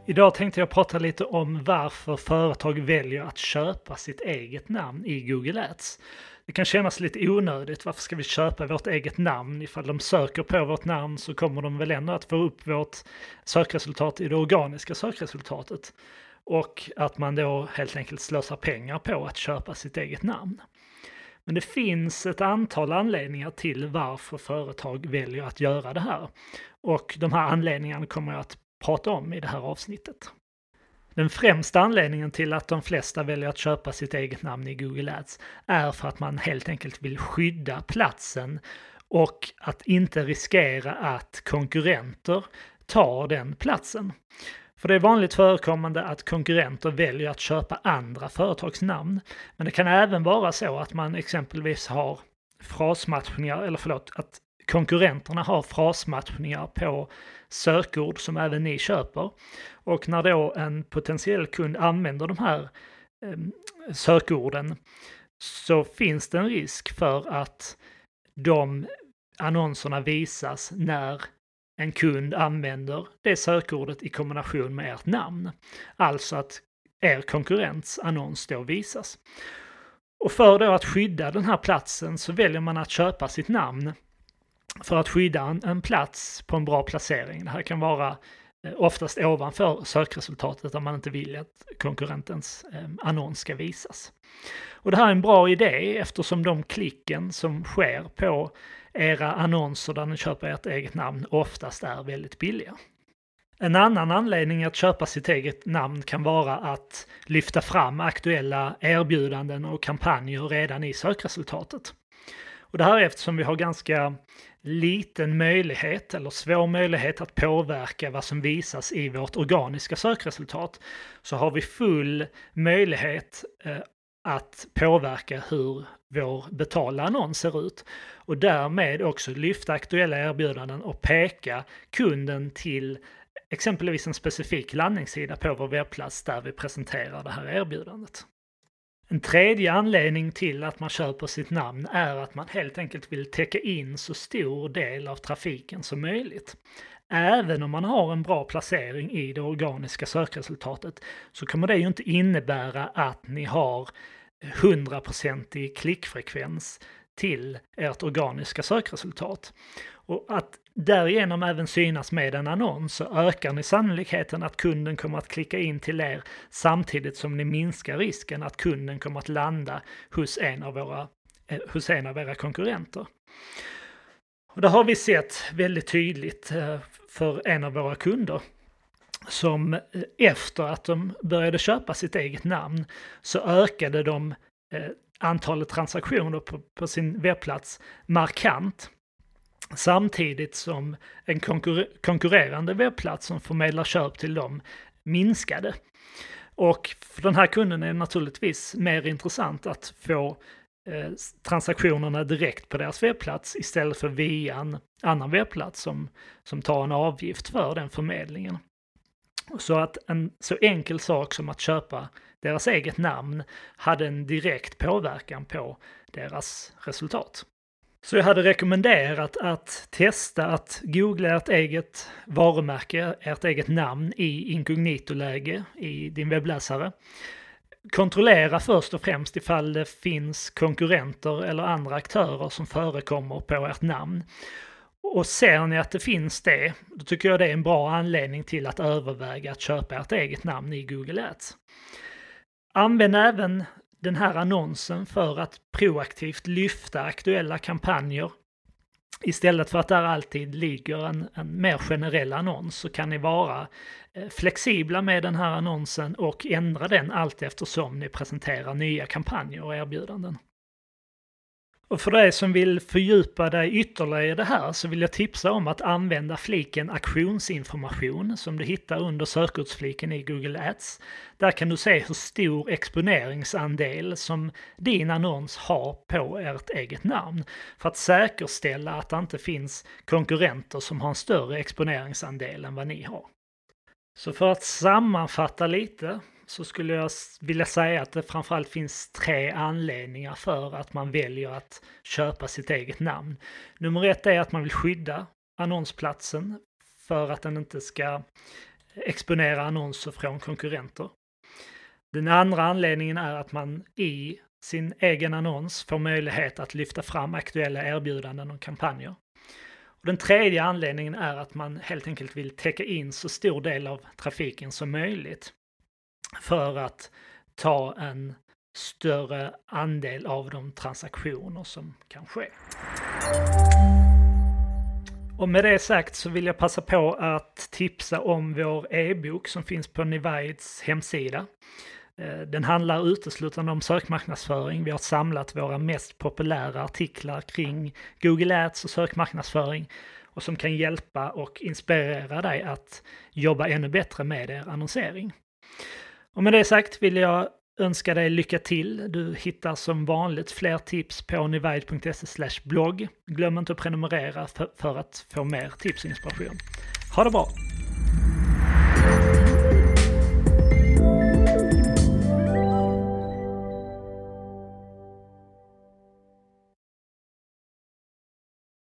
Idag tänkte jag prata lite om varför företag väljer att köpa sitt eget namn i Google Ads. Det kan kännas lite onödigt, varför ska vi köpa vårt eget namn? Ifall de söker på vårt namn så kommer de väl ändå att få upp vårt sökresultat i det organiska sökresultatet. Och att man då helt enkelt slösar pengar på att köpa sitt eget namn. Men det finns ett antal anledningar till varför företag väljer att göra det här. Och de här anledningarna kommer jag att prata om i det här avsnittet. Den främsta anledningen till att de flesta väljer att köpa sitt eget namn i Google Ads är för att man helt enkelt vill skydda platsen och att inte riskera att konkurrenter tar den platsen. För det är vanligt förekommande att konkurrenter väljer att köpa andra företags namn. Men det kan även vara så att man exempelvis har frasmatchningar, att konkurrenterna har frasmatchningar på sökord som även ni köper. Och när då en potentiell kund använder de här sökorden så finns det en risk för att de annonserna visas när en kund använder det sökordet i kombination med ert namn. Alltså att er konkurrents annons då visas. Och för då att skydda den här platsen så väljer man att köpa sitt namn för att skydda en plats på en bra placering. Det här kan vara oftast ovanför sökresultatet där man inte vill att konkurrentens annons ska visas. Och det här är en bra idé eftersom de klicken som sker på era annonser där ni köper ert eget namn oftast är väldigt billiga. En annan anledning att köpa sitt eget namn kan vara att lyfta fram aktuella erbjudanden och kampanjer redan i sökresultatet. Och det här är eftersom vi har ganska liten möjlighet eller svår möjlighet att påverka vad som visas i vårt organiska sökresultat, så har vi full möjlighet att påverka hur vår betalda annons ser ut och därmed också lyfta aktuella erbjudanden och peka kunden till exempelvis en specifik landningssida på vår webbplats där vi presenterar det här erbjudandet. En tredje anledning till att man köper sitt namn är att man helt enkelt vill täcka in så stor del av trafiken som möjligt. Även om man har en bra placering i det organiska sökresultatet så kommer det ju inte innebära att ni har 100% klickfrekvens till ert organiska sökresultat. Och att därigenom även synas med en annons så ökar ni sannolikheten att kunden kommer att klicka in till er samtidigt som ni minskar risken att kunden kommer att landa hos en av era konkurrenter. Och det har vi sett väldigt tydligt för en av våra kunder som efter att de började köpa sitt eget namn så ökade de antalet transaktioner på sin webbplats markant. Samtidigt som en konkurrerande webbplats som förmedlar köp till dem minskade. Och för den här kunden är det naturligtvis mer intressant att få transaktionerna direkt på deras webbplats istället för via en annan webbplats som tar en avgift för den förmedlingen. Så att en så enkel sak som att köpa deras eget namn hade en direkt påverkan på deras resultat. Så jag hade rekommenderat att testa att googla ert eget varumärke, ert eget namn i inkognito-läge i din webbläsare. Kontrollera först och främst ifall det finns konkurrenter eller andra aktörer som förekommer på ert namn. Och ser ni att det finns det, då tycker jag det är en bra anledning till att överväga att köpa ert eget namn i Google Ads. Använd även den här annonsen för att proaktivt lyfta aktuella kampanjer. Istället för att där alltid ligger en mer generell annons så kan ni vara flexibla med den här annonsen och ändra den allt eftersom ni presenterar nya kampanjer och erbjudanden. Och för dig som vill fördjupa dig ytterligare i det här så vill jag tipsa om att använda fliken auktionsinformation som du hittar under sökordsfliken i Google Ads. Där kan du se hur stor exponeringsandel som din annons har på ert eget namn för att säkerställa att det inte finns konkurrenter som har en större exponeringsandel än vad ni har. Så för att sammanfatta lite så skulle jag vilja säga att det framförallt finns 3 anledningar för att man väljer att köpa sitt eget namn. Nummer 1 är att man vill skydda annonsplatsen för att den inte ska exponera annonser från konkurrenter. Den andra anledningen är att man i sin egen annons får möjlighet att lyfta fram aktuella erbjudanden och kampanjer. Och den tredje anledningen är att man helt enkelt vill täcka in så stor del av trafiken som möjligt för att ta en större andel av de transaktioner som kan ske. Och med det sagt så vill jag passa på att tipsa om vår e-bok som finns på Nivides hemsida. Den handlar uteslutande om sökmarknadsföring. Vi har samlat våra mest populära artiklar kring Google Ads och sökmarknadsföring och som kan hjälpa och inspirera dig att jobba ännu bättre med er annonsering. Och med det sagt vill jag önska dig lycka till. Du hittar som vanligt fler tips på nivide.se/blogg. Glöm inte att prenumerera för att få mer tips och inspiration. Ha det bra!